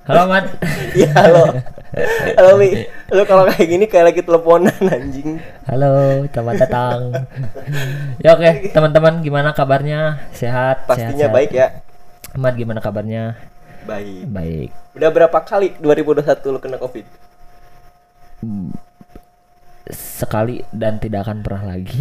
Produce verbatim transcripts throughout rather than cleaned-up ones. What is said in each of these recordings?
Halo Mat. Iya halo. Halo Mi. Lu kalau kayak gini kayak lagi teleponan anjing. Halo, selamat datang. Ya oke, teman-teman gimana kabarnya? Sehat, sehat, Pastinya sehat. baik ya. Mat gimana kabarnya? Baik. Baik. Udah berapa kali dua ribu dua puluh satu lu kena Covid? Sekali dan tidak akan pernah lagi.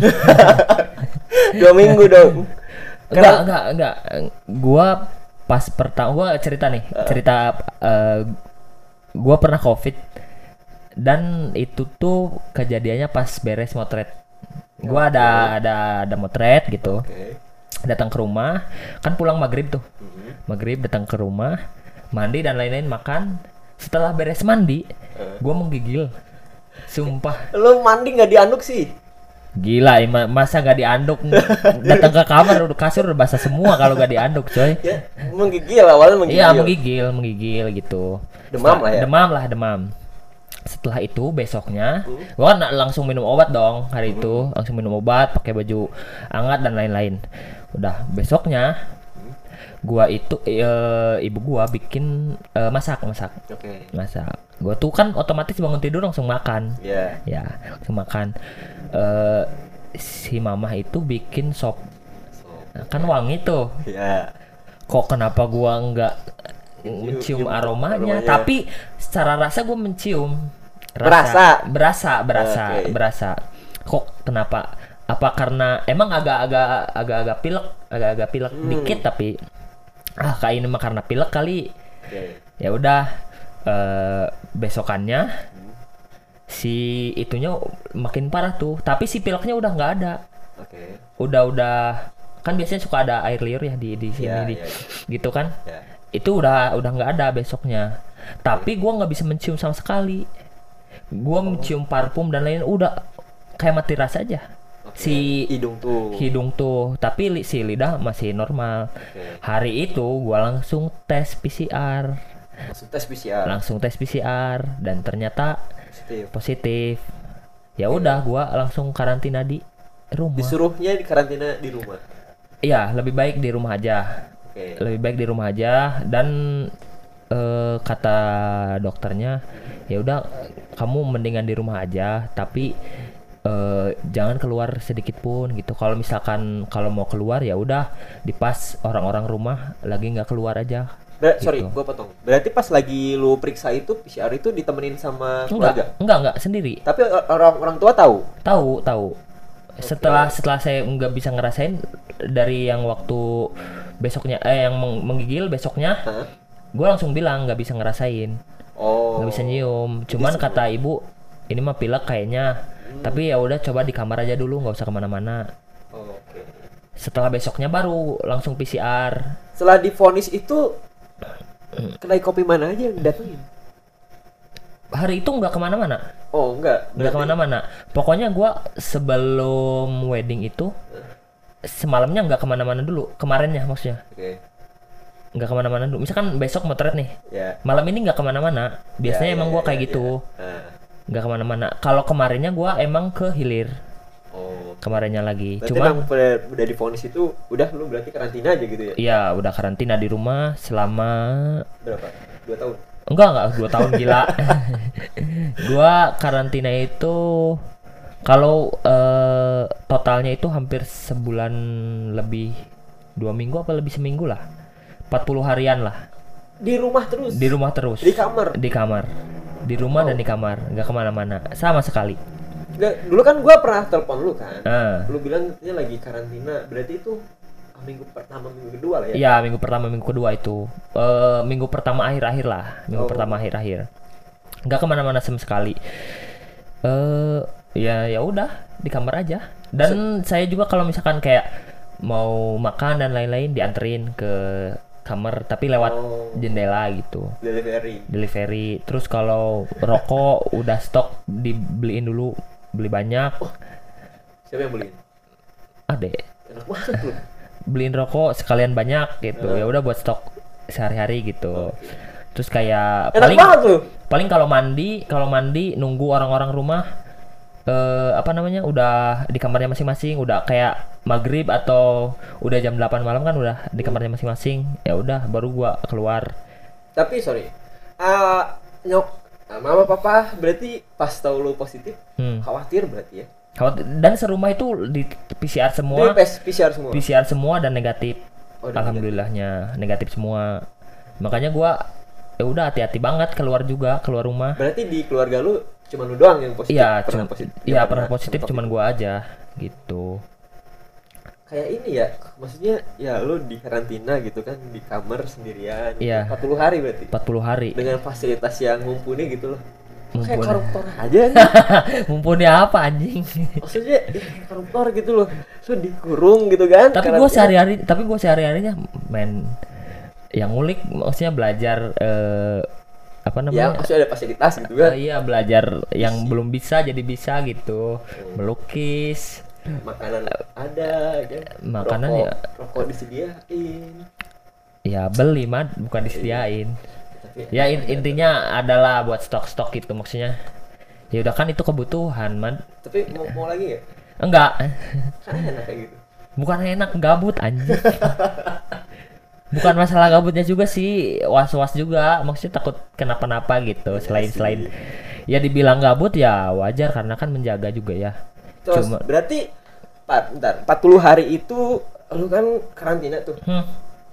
Dua minggu dong. Enggak, enggak, enggak. Gua pas pertama gua cerita nih, cerita eh, gua pernah Covid dan itu tuh kejadiannya pas beres motret. Gua ada ada ada motret gitu. Oke. Datang ke rumah, kan pulang maghrib tuh. Mhm. Maghrib datang ke rumah, mandi dan lain-lain, makan. Setelah beres mandi, gua menggigil. Sumpah, Lu mandi nggak dianduk sih? gila ima- masa gak dianduk. Datang ke kamar udah kasur udah basah semua kalau gak dianduk, coy. Ya, menggigil awalnya menggigil. Iya, menggigil, menggigil gitu. Demam Setelah- lah ya? Demam lah, demam. Setelah itu besoknya, gua kan langsung minum obat dong hari itu, langsung minum obat, pakai baju hangat dan lain-lain. Udah besoknya, gua itu eh, ibu gua bikin eh, masak, masak, Oke. masak. Gua tuh kan otomatis bangun tidur langsung makan, Ya. ya, langsung makan. Eh, si mama itu bikin sop, Nah, kan wangi tuh. Ya. Kok kenapa gua nggak mencium Cium aromanya, aromanya. tapi secara rasa gua mencium. Berasa? berasa berasa Oke. berasa kok kenapa, apa karena emang agak-agak agak-agak pilek, agak-agak pilek Hmm. dikit, tapi ah kayak ini mah karena pilek kali. Oke. Ya udah, eh, besokannya si itunya makin parah tuh, tapi si pileknya udah nggak ada. Oke. Udah udah kan biasanya suka ada air liur ya di di sini Ya, di ya, gitu kan. ya. Itu udah udah nggak ada besoknya, tapi gua nggak bisa mencium sama sekali. Gua mencium parfum dan lain udah kayak mati rasa aja. Oke. Si hidung tuh. hidung tuh, tapi li- si lidah masih normal. Oke. Hari itu gua langsung tes P C R, Langsung tes P C R. langsung tes P C R dan ternyata Positif. positif. Ya udah, gua langsung karantina di rumah. Disuruhnya di karantina di rumah. Iya, lebih baik di rumah aja. Oke. Lebih baik di rumah aja dan eh, kata dokternya ya udah kamu mendingan di rumah aja, tapi eh, jangan keluar sedikit pun gitu. Kalau misalkan kalau mau keluar ya udah di pas orang-orang rumah lagi nggak keluar aja. Ber- Gitu. Sorry, gua potong. Berarti pas lagi lu periksa itu P C R itu ditemenin sama keluarga. Enggak, enggak, enggak sendiri. Tapi or- orang orang tua tahu. Tahu, tahu. Setelah setelah saya nggak bisa ngerasain dari yang waktu besoknya eh yang meng- menggigil besoknya, Hah? gue langsung bilang nggak bisa ngerasain, Oh. nggak bisa nyium. Cuman Jadi kata ibu ini mah pilek kayaknya. Tapi ya udah coba di kamar aja dulu, nggak usah kemana-mana. Oh, oke. Setelah besoknya baru langsung P C R. Setelah divonis itu kedai kopi mana aja yang datengin? Hari itu nggak kemana-mana, Oh, enggak. nggak Berarti- kemana-mana. Pokoknya gue sebelum wedding itu semalamnya nggak kemana-mana dulu. Kemarinnya maksudnya Oke. nggak kemana-mana dulu. Misalkan besok motret nih, Ya. malam ini nggak kemana-mana. Biasanya Ya, emang ya, gue ya, kayak ya, gitu, ya. Nah. nggak kemana-mana. Kalau kemarinnya gue emang ke hilir, Oh. kemarinnya lagi. Berarti Cuman emang udah, udah divonis itu udah lu berarti karantina aja gitu ya? iya udah karantina di rumah selama Berapa? Dua tahun. enggak enggak dua tahun gila. Gua karantina itu kalau eh, totalnya itu hampir sebulan lebih, dua minggu apa lebih seminggu lah, empat puluh harian lah Di rumah terus. di rumah terus. Di kamar. Di kamar, di rumah Oh. dan di kamar, nggak kemana-mana sama sekali. Nggak, dulu kan gua pernah telepon lu kan. Ah. Lu bilang ini lagi karantina. Berarti itu ah, minggu pertama, minggu kedua lah ya? Iya, minggu pertama minggu kedua itu eh, minggu pertama akhir-akhir lah, minggu Oh. pertama akhir-akhir nggak kemana-mana sama sekali. Eh ya ya udah di kamar aja. Dan saya juga kalau misalkan kayak mau makan dan lain-lain dianterin ke kamar, tapi lewat Oh. jendela gitu, Delivery. delivery. Terus kalau rokok udah stok dibeliin dulu, beli banyak. Siapa yang beliin? Adek Enak banget lu. beliin rokok sekalian banyak gitu, ya udah buat stok sehari-hari gitu. Terus kayak Enak paling banget lu. paling kalau mandi kalau mandi nunggu orang-orang rumah eh apa namanya udah di kamarnya masing-masing, udah kayak maghrib atau udah jam delapan malam kan udah di kamarnya masing-masing, ya udah baru gua keluar. Tapi sorry, Ah, nyok, ah, mama papa berarti pas tahu lu positif Hmm. khawatir berarti ya. Khawatir- Dan serumah itu di P C R Dia semua, P C R semua. P C R semua dan negatif. Oh, dan Alhamdulillahnya negatif semua. Makanya gua ya udah hati-hati banget keluar juga, keluar rumah. Berarti di keluarga lu cuma lu doang yang positif. Iya, pernah cuma positif. iya yang pernah positif sama cuman COVID. gua aja gitu. Kayak ini ya, maksudnya ya lu di karantina gitu kan di kamar sendirian. Iya. empat puluh hari berarti. empat puluh hari. Dengan fasilitas yang mumpuni gitu loh. Kayak Mumpuni. koruptor aja nih. Mumpuni apa anjing? Maksudnya ya, kayak koruptor gitu loh. Lu dikurung gitu kan. Tapi gua sehari-hari tapi gua sehari-harinya main yang ngulik, maksudnya belajar eh, apa Ya, namanya? maksudnya ada fasilitas gitu Oh kan. iya, belajar yang belum bisa jadi bisa gitu. Melukis. Makanan ada kan. Makanan rokok, ya. Rokok disediain. Ya beli mah bukan disediain. Tapi Ya in- intinya adalah buat stok-stok gitu maksudnya. Ya udah kan itu kebutuhan, man. tapi mau, mau lagi ya? Enggak. Kan enak kayak gitu. Bukan enak, gabut anjing. Bukan masalah gabutnya juga sih, was-was juga. Maksudnya takut kenapa-napa gitu. Selain selain ya dibilang gabut ya wajar karena kan menjaga juga ya. Terus Cuma- berarti empat, bentar, empat puluh hari itu lu kan karantina tuh. Hmm.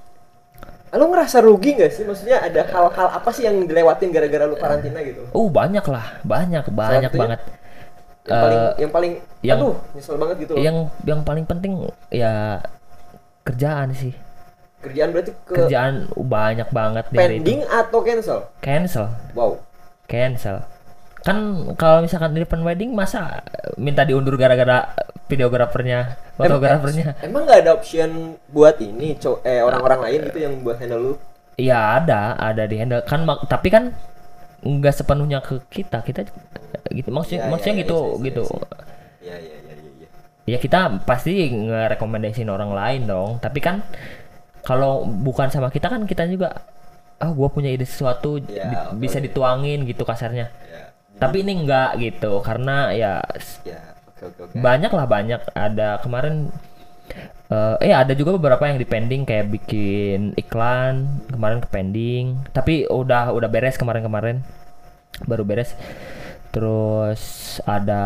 Lu ngerasa rugi gak sih? Maksudnya ada hal-hal apa sih yang dilewatin gara-gara lu karantina gitu? Uh banyak lah, banyak banyak satunya? banget. Yang paling Eh, yang paling yang- aduh, nyesel banget gitu loh. Yang yang paling penting ya kerjaan sih. Kerjaan berarti ke Kerjaan uh, banyak banget di hari itu. pending atau cancel? Cancel, Wow. cancel. Kan kalau misalkan di depan wedding masa minta diundur gara-gara videografernya, fotografernya. Emang nggak ada option buat ini, co- eh orang-orang lain gitu yang buat handle lu? Iya ada, ada di handle kan, mak- tapi kan nggak sepenuhnya ke kita, kita gitu maksudnya, Ya, maksudnya ya, ya, gitu, iya, iya, gitu. Iya, iya, iya, iya, iya. Ya kita pasti ngerekomendasiin orang lain dong, tapi kan kalau bukan sama kita kan kita juga, ah gua punya ide sesuatu Ya, di- oke, bisa oke. dituangin gitu kasarnya. Ya. Tapi ini enggak gitu karena ya s- Ya, oke oke oke. banyak lah, banyak ada kemarin eh eh ada juga beberapa yang di pending kayak bikin iklan kemarin ke pending, tapi udah udah beres kemarin-kemarin, baru beres. Terus ada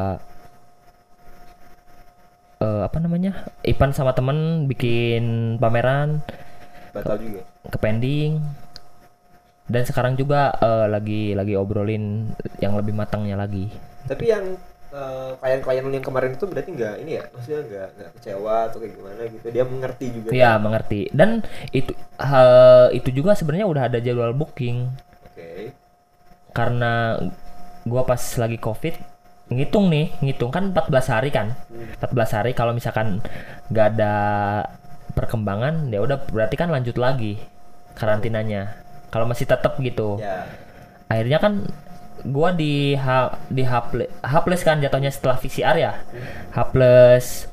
eh apa namanya, Ipan sama temen bikin pameran Batal juga. ke pending. Dan sekarang juga eh, lagi lagi obrolin yang lebih matangnya lagi. Tapi yang eh, klien-klien lu yang kemarin itu berarti nggak ini ya? Maksudnya nggak nggak kecewa atau kayak gimana gitu? Dia mengerti juga. Iya, mengerti. Dan itu hal itu juga sebenarnya udah ada jadwal booking. Oke. Karena gua pas lagi Covid ngitung nih, ngitung kan empat belas hari kan. empat belas hari kalau misalkan nggak ada perkembangan ya udah berarti kan lanjut lagi karantinanya. Kalau masih tetap gitu. Ya. Akhirnya kan gua di H di H plus, H plus kan jatuhnya setelah V C R ya. H plus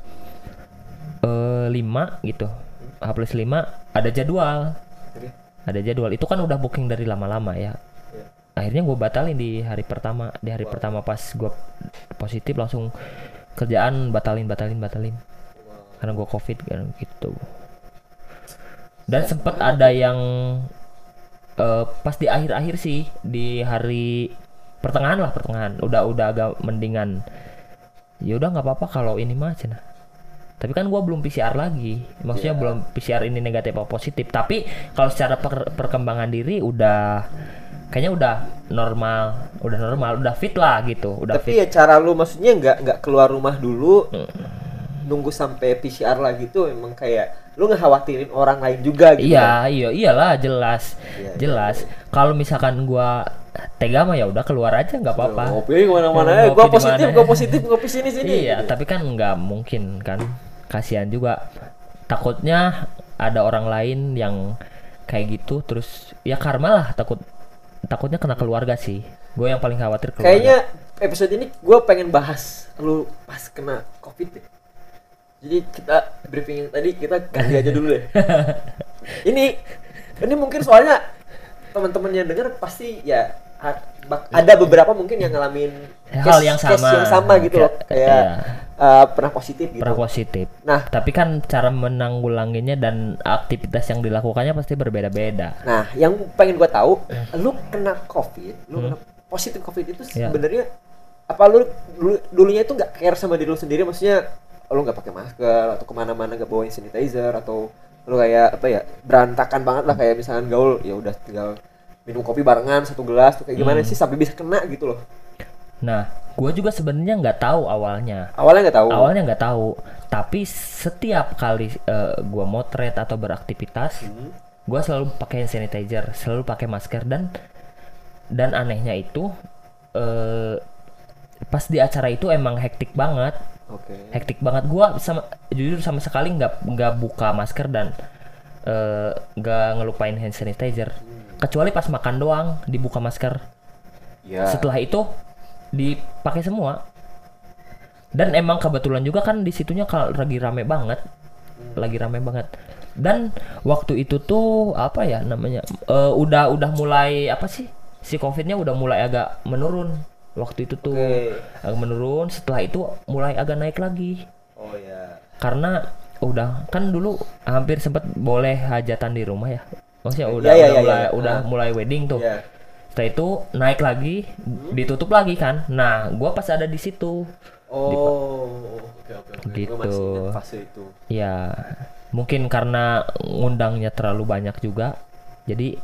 eh, lima gitu. H plus lima ada jadwal. Oke. Ada jadwal. Itu kan udah booking dari lama-lama ya. Ya. Akhirnya gue batalin di hari pertama. Di hari Wow. pertama pas gue positif langsung kerjaan batalin, batalin, batalin. Wow. Karena gue Covid kan gitu. Dan sempet ada yang eh, pas di akhir-akhir sih, di hari pertengahan lah, pertengahan udah udah agak mendingan. Ya udah nggak apa-apa kalau ini mah cenah. Tapi kan gua belum P C R lagi, maksudnya Iya. belum P C R ini negatif atau positif. Tapi kalau secara per- perkembangan diri udah kayaknya udah normal, udah normal, udah fit lah gitu, udah Tapi fit. ya cara lu maksudnya nggak nggak keluar rumah dulu, nunggu sampai P C R lagi tuh emang kayak lu ngekhawatirin orang lain juga gitu. Iya, iya, iyalah jelas, Iya, jelas. Kalau misalkan gua tega mah ya udah keluar aja nggak apa-apa. Ngopi kemana-mana, Ya, eh, gua ngopi di positif, mana. gua positif, ngopi sini sini. Iya, gitu. tapi kan nggak mungkin kan, kasihan juga. Takutnya ada orang lain yang kayak gitu, terus ya karma lah, takut takutnya kena keluarga sih. Gue yang paling khawatir keluarga. Kayaknya episode ini gue pengen bahas lu pas kena COVID deh. Jadi kita briefing yang tadi kita ganti aja dulu deh. Ini ini mungkin soalnya teman-teman yang denger pasti ya a- bak- ada beberapa mungkin yang ngalamin hal case- yang case sama, yang sama gitu loh. Kayak- Kayak iya. uh, pernah positif gitu. Pernah positif. Nah, tapi kan cara menanggulanginya dan aktivitas yang dilakukannya pasti berbeda-beda. Nah, yang pengen gua tahu, lu kena COVID, lu Hmm. kena positif COVID itu Ya. sebenarnya apa lu dulu, dulunya itu nggak care sama diri lu sendiri, maksudnya lu nggak pakai masker atau kemana-mana nggak bawain sanitizer, atau lu kayak apa ya berantakan banget lah, kayak misalkan gaul ya udah tinggal minum kopi barengan satu gelas tuh kayak gimana Hmm. sih sampai bisa kena gitu loh. Nah, gue juga sebenarnya nggak tahu awalnya. Awalnya nggak tahu. Awalnya nggak tahu, tapi setiap kali uh, gue motret atau beraktivitas, Hmm. gue selalu pakai hand sanitizer, selalu pakai masker, dan dan anehnya itu uh, pas di acara itu emang hektik banget, Oke. hektik banget. Gue sama jujur sama sekali nggak nggak buka masker dan uh, nggak ngelupain hand sanitizer, kecuali pas makan doang dibuka masker. Ya. Setelah itu dipakai semua. Dan emang kebetulan juga kan di situnya kalau lagi rame banget, lagi rame banget. Dan waktu itu tuh apa ya namanya? eh, udah udah mulai apa sih? Si Covidnya udah mulai agak menurun. Waktu itu tuh Oke. agak menurun. Setelah itu mulai agak naik lagi. Oh ya. Karena udah kan dulu hampir sempat boleh hajatan di rumah ya. Maksudnya udah Ya, ya, udah ya, mulai ya. udah Ah. mulai wedding tuh. Ya. Setelah itu naik lagi, ditutup lagi kan. Nah, gua pas ada di situ. Oh, oke oke oke. Gitu. Gua masih ingat fase itu. Ya, mungkin karena ngundangnya terlalu banyak juga. Jadi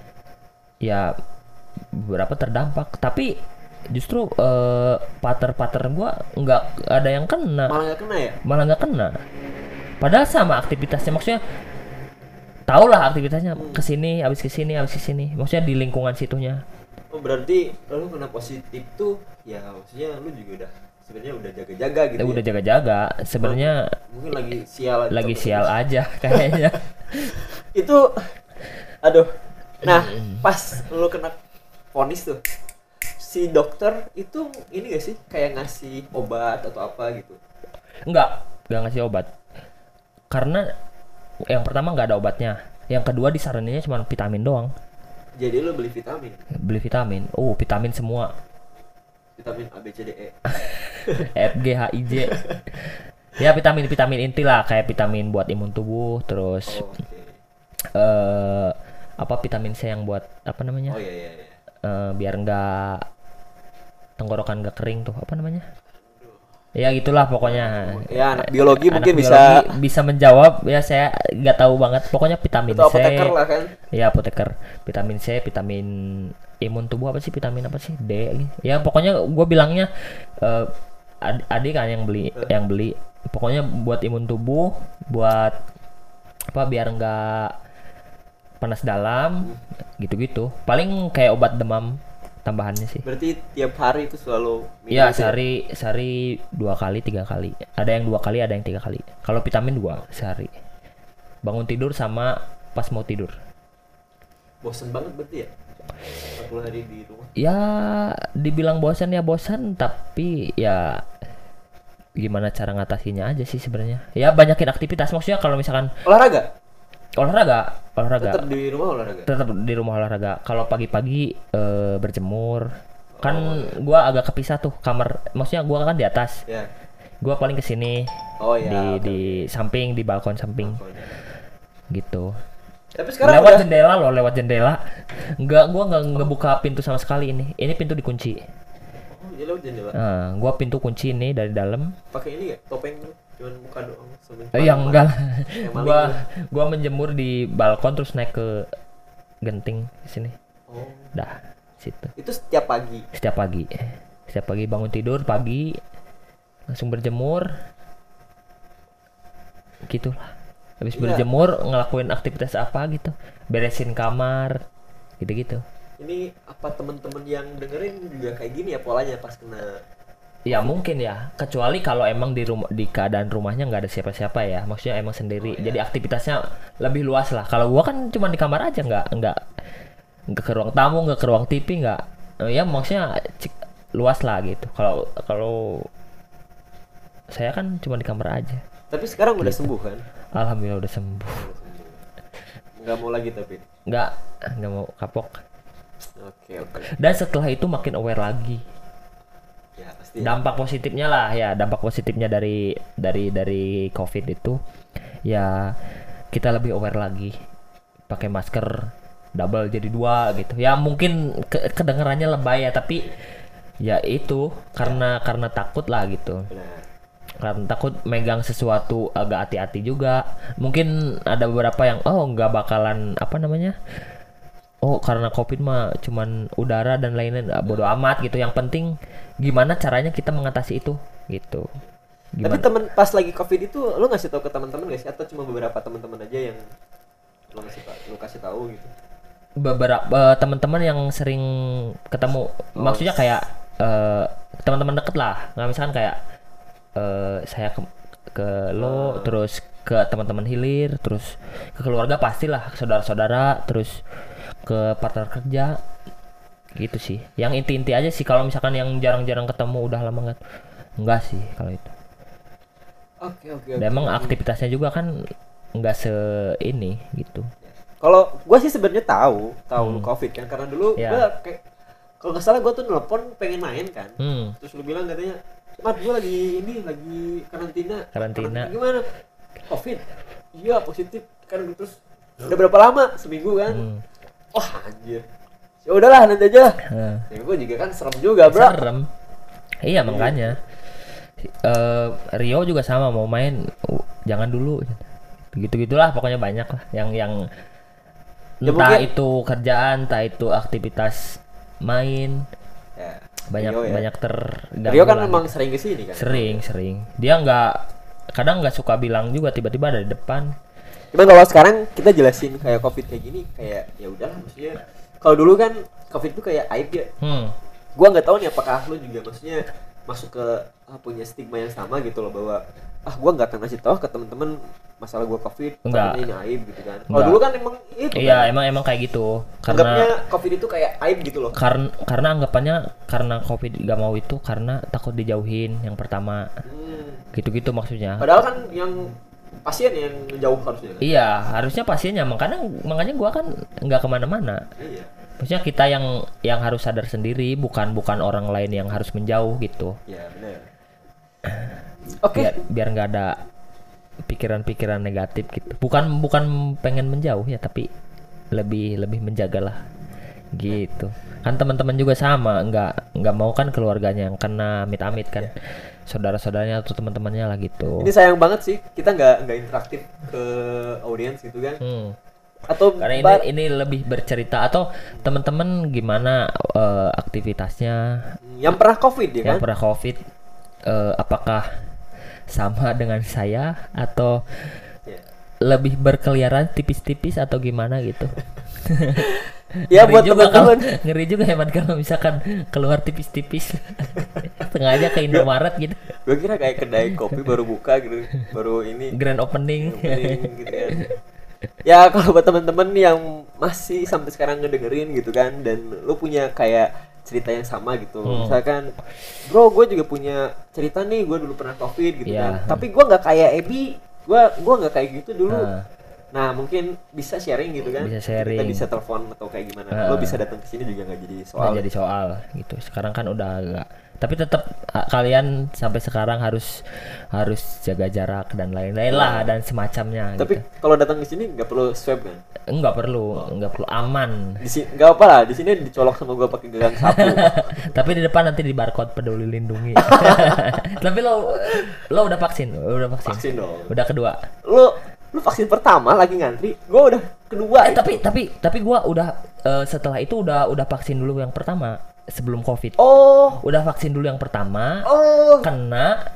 ya beberapa terdampak. Tapi justru eh, pater-pater gua nggak ada yang kena, Malah nggak kena ya? malah nggak kena. Padahal sama aktivitasnya, maksudnya tau lah aktivitasnya, kesini, habis kesini, habis kesini. Maksudnya di lingkungan situnya. Oh berarti lu kena positif tuh ya maksudnya lu juga udah sebenarnya udah jaga-jaga gitu. Ya ya? udah jaga-jaga. Sebenarnya Mungkin lagi sial aja lagi sama sial terus. aja kayaknya. Itu aduh. Nah, pas lu kena vonis tuh si dokter itu ini gak sih kayak ngasih obat atau apa gitu? Enggak, enggak ngasih obat. Karena yang pertama nggak ada obatnya. Yang kedua disaraninnya cuma vitamin doang. Jadi lu beli vitamin, Beli vitamin. Oh, vitamin semua. vitamin A B C D E. F G H I J. Ya vitamin-vitamin inti lah, kayak vitamin buat imun tubuh, terus Oh, oke. eh apa vitamin C yang buat apa namanya? Oh iya iya iya. Eh, biar nggak tenggorokan nggak kering tuh, apa namanya? Ya gitulah pokoknya. Ya anak biologi Anak mungkin biologi bisa bisa menjawab, ya saya nggak tahu banget. Pokoknya vitamin itu C. apoteker lah kan. Ya apoteker. Vitamin C, vitamin imun tubuh apa sih? Vitamin apa sih? D. Ya pokoknya gue bilangnya eh, ad- adik kan yang beli, yang beli. Pokoknya buat imun tubuh, buat apa? Biar nggak panas dalam, gitu-gitu. Paling kayak obat demam tambahannya sih. Berarti tiap hari itu selalu minum Iya, itu ya? sehari sehari dua kali, tiga kali. Ada yang dua kali, ada yang tiga kali. Kalau vitamin dua sehari. Bangun tidur sama pas mau tidur. Bosen banget berarti ya? empat puluh hari di rumah. Ya, dibilang bosan ya bosan, tapi ya gimana cara ngatasinnya aja sih sebenarnya. Ya banyakin aktivitas, maksudnya kalau misalkan Olahraga? olahraga, olahraga. Tetap di rumah olahraga? Tetap di rumah olahraga. Kalau pagi-pagi eh, berjemur. Kan Oh, iya. gua agak kepisah tuh kamar. Maksudnya gua kan di atas. Ya. Gua paling kesini Oh ya. di oke, di samping, di balkon samping oke. gitu. Tapi sekarang Lewat udah jendela loh, lewat jendela. Enggak, gua nggak ngebuka pintu sama sekali ini. Ini pintu dikunci. Oh, jadi lewat jendela. Nah, gua pintu kunci ini dari dalam. Pakai ini ya? Topeng lu? Cuman muka doang sambil Eh, yang enggak lah. Yang maling Gua lu. gua menjemur di balkon terus naik ke genting di sini. Oh. Dah, situ. Itu setiap pagi. Setiap pagi. Setiap pagi bangun tidur pagi langsung berjemur. Gitulah. Habis Iya. berjemur ngelakuin aktivitas apa gitu. Beresin kamar. Gitu-gitu. Ini apa temen-temen yang dengerin juga kayak gini ya polanya pas kena. Ya mungkin ya, kecuali kalau emang di rumah di keadaan rumahnya nggak ada siapa-siapa ya, maksudnya emang sendiri. Oh, iya. Jadi aktivitasnya lebih luas lah. Kalau gua kan cuma di kamar aja, nggak nggak nggak ke ruang tamu, nggak ke ruang T V, nggak. Eh, Ya maksudnya cik- luas lah gitu. Kalau kalau saya kan cuma di kamar aja. Tapi sekarang udah Gitu. sembuh kan? Alhamdulillah udah sembuh. Udah sembuh. Nggak mau lagi tapi. Nggak nggak mau kapok. Oke oke. Dan setelah itu makin aware lagi. Ya, pasti. dampak positifnya lah ya, dampak positifnya dari dari dari COVID itu ya kita lebih aware lagi, pakai masker double jadi dua gitu ya. Mungkin ke- kedengarannya lebay ya, tapi ya itu karena karena takut lah gitu, Benar. karena takut megang sesuatu agak hati-hati juga. Mungkin ada beberapa yang oh nggak bakalan apa namanya, oh karena covid mah cuman udara dan lain-lain, ah, bodo amat gitu. Yang penting gimana caranya kita mengatasi itu gitu. Tapi Gimana? temen pas lagi covid itu lu ngasih tahu ke teman-teman gak sih, atau cuma beberapa teman-teman aja yang lu ngasih tahu, lu kasih tahu gitu? Beberapa teman-teman yang sering ketemu, maksudnya kayak eh, teman-teman deket lah, nggak misalkan kayak eh, saya ke, ke lo, terus ke teman-teman hilir, terus ke keluarga pastilah, ke saudara-saudara, terus ke partner kerja gitu sih. Yang inti-inti aja sih. Kalau misalkan yang jarang-jarang ketemu udah lama nggak, enggak sih kalau itu. Oke oke Dan oke. emang aktivitasnya juga kan nggak se ini gitu. Kalau gue sih sebenarnya tahu, tahu lu Hmm. covid kan, karena dulu Ya. gue kayak kalau nggak salah gue tuh nelpon pengen main kan, Hmm. terus lu bilang katanya, Mat gue lagi ini lagi karantina. Karantina. Gimana? Covid? Iya positif kan, terus udah berapa lama? Seminggu kan? Hmm. Wah anjir. Ya udahlah nanti aja. Nah. Ya gue juga kan serem juga bro. Serem. Iya makanya. Eh, Rio juga sama mau main, uh, jangan dulu. Gitu-gitulah pokoknya banyak lah yang yang Ya, entah mungkin- itu kerjaan, entah itu aktivitas main, Ya, banyak Rio ya. banyak terganggu. Rio kan lah memang gitu. sering kesini kan. Sering sering. Dia nggak, kadang nggak suka bilang juga, tiba-tiba ada di depan. Cuman kalau sekarang kita jelasin kayak covid kayak gini, kayak ya udahlah maksudnya. Kalau dulu kan covid itu kayak aib ya. Hmm. Gua nggak tahu nih apakah lu juga maksudnya masuk ke ah, punya stigma yang sama gitu loh, bahwa ah gua nggak akan ngasih tahu ke teman-teman masalah gua covid, Enggak. takutnya ini aib gitu kan. Kalau Enggak. dulu kan emang itu Iya kan, emang emang kayak gitu. anggapnya Karena covid itu kayak aib gitu loh. karena karena anggapannya karena covid gak mau itu karena takut dijauhin yang pertama. Hmm. Gitu-gitu maksudnya. Padahal kan yang pasien yang jauh harusnya kan. Iya, harusnya pasiennya. Makanya makanya gua kan nggak kemana-mana. Iya. Maksudnya kita yang yang harus sadar sendiri, bukan bukan orang lain yang harus menjauh gitu. Ya benar. Oke. Biar biar nggak ada pikiran-pikiran negatif gitu. Bukan bukan pengen menjauh ya, tapi lebih lebih menjagalah gitu. Kan teman-teman juga sama, nggak nggak mau kan keluarganya yang kena amit-amit kan. Saudara-saudaranya atau teman-temannya lah gitu. Ini sayang banget sih kita nggak nggak interaktif ke audiens gitu kan. Hmm. Atau Karena ini bar- ini lebih bercerita, atau teman-teman gimana eh, aktivitasnya yang pernah covid ya yang kan. pernah covid, eh, apakah sama dengan saya atau Ya. lebih berkeliaran tipis-tipis atau gimana gitu. Ya, Ngeri buat juga kalau, teman-teman. ngeri juga hemat kalau misalkan keluar tipis-tipis. Sengaja ke Indomaret gitu. Gue kira kayak kedai kopi baru buka gitu, baru ini Grand opening. opening gitu kan. Ya kalau buat teman-teman yang masih sampai sekarang ngedengerin gitu kan, dan lu punya kayak cerita yang sama gitu, Hmm. misalkan bro gue juga punya cerita nih, gue dulu pernah covid gitu Iya. kan, tapi gue nggak kayak Ebi, gue gue nggak kayak gitu dulu. Nah. Nah mungkin bisa sharing gitu kan, Bisa sharing. kita bisa telepon atau kayak gimana, Nah. lo bisa datang ke sini juga nggak jadi soal. Nggak jadi soal gitu. Sekarang kan udah agak, tapi tetap ah, kalian sampai sekarang harus harus jaga jarak dan lain-lain lah dan semacamnya Tapi gitu. kalau datang ke sini nggak perlu swab kan? Enggak perlu, enggak perlu, aman. Di sini nggak apa lah, di sini dicolok sama gue pakai gagang sapu. Tapi di depan nanti di barcode peduli lindungi. Tapi lo lo udah vaksin, udah vaksin. Vaksin dong. Udah kedua. Lu lu vaksin pertama lagi ngantri, gue udah kedua. Eh itu. tapi tapi tapi gua udah eh, setelah itu udah udah vaksin dulu yang pertama sebelum Covid. Oh, Udah vaksin dulu yang pertama, oh, kena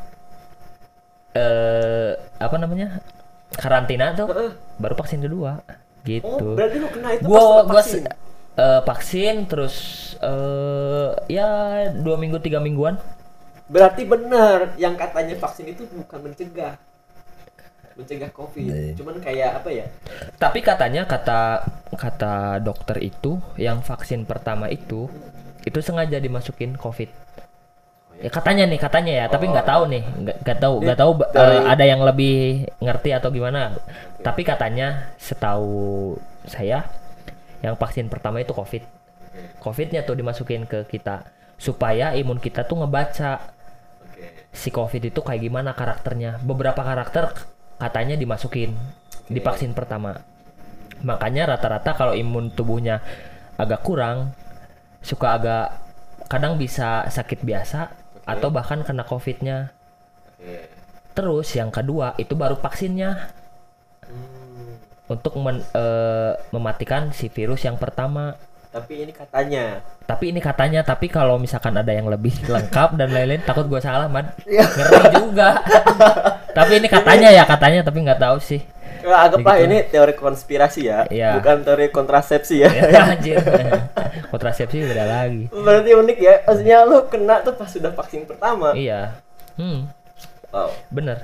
eh apa namanya? Karantina tuh, Heeh. baru vaksin kedua. Gitu. oh, berarti lu kena itu Gua pas gua vaksin. se- eh, vaksin terus eh ya dua minggu tiga mingguan. Berarti benar yang katanya vaksin itu bukan mencegah, mencegah covid, Iya. cuman kayak apa ya? Tapi katanya kata kata dokter itu yang vaksin pertama itu itu sengaja dimasukin COVID. Ya katanya nih, katanya ya, tapi nggak tahu nih, nggak nggak tahu, nggak tahu ba- dari- eh, ada yang lebih ngerti atau gimana. Tapi katanya setahu saya yang vaksin pertama itu COVID. COVID-nya tuh dimasukin ke kita. supaya imun kita tuh ngebaca Oke. si COVID itu kayak gimana karakternya. Beberapa karakter katanya dimasukin di vaksin pertama. Makanya rata-rata kalau imun tubuhnya agak kurang, suka agak kadang bisa sakit biasa Oke. atau bahkan kena COVID-nya. Oke. Terus yang kedua itu baru vaksinnya Hmm. untuk men- eh, mematikan si virus yang pertama. Tapi ini katanya. Tapi ini katanya, tapi kalau misalkan ada yang lebih lengkap dan lain-lain, takut gue salah, man. Iya. Ngeri juga. Tapi ini katanya ya, katanya, tapi nggak tahu sih. Ya, anggaplah Gitu. ini teori konspirasi ya, Iya. bukan teori kontrasepsi ya. Ya, anjir. Kontrasepsi beda lagi. Berarti unik ya, maksudnya lu kena tuh pas sudah vaksin pertama. Iya. Hmm, Wow. bener.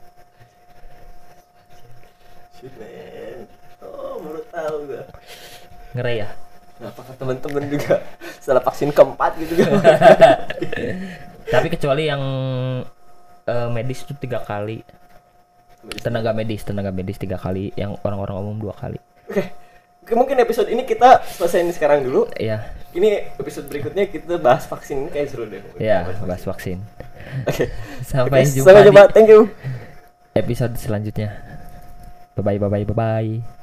Shit, man. Oh, baru tahu gue. Ngeri ya. Nah, apakah teman-teman juga setelah vaksin keempat gitu kan? Tapi kecuali yang eh, medis itu tiga kali. Tenaga medis, tenaga medis tiga kali. Yang orang-orang umum dua kali. Oke. Oke, mungkin episode ini kita selesaiin sekarang dulu. Iya. Ini episode berikutnya kita bahas vaksin, kayak seru deh. Iya, bahas vaksin. Oke. Sampai Oke, jumpa sampai di jumpa. Thank you. episode selanjutnya. Bye bye bye bye bye bye.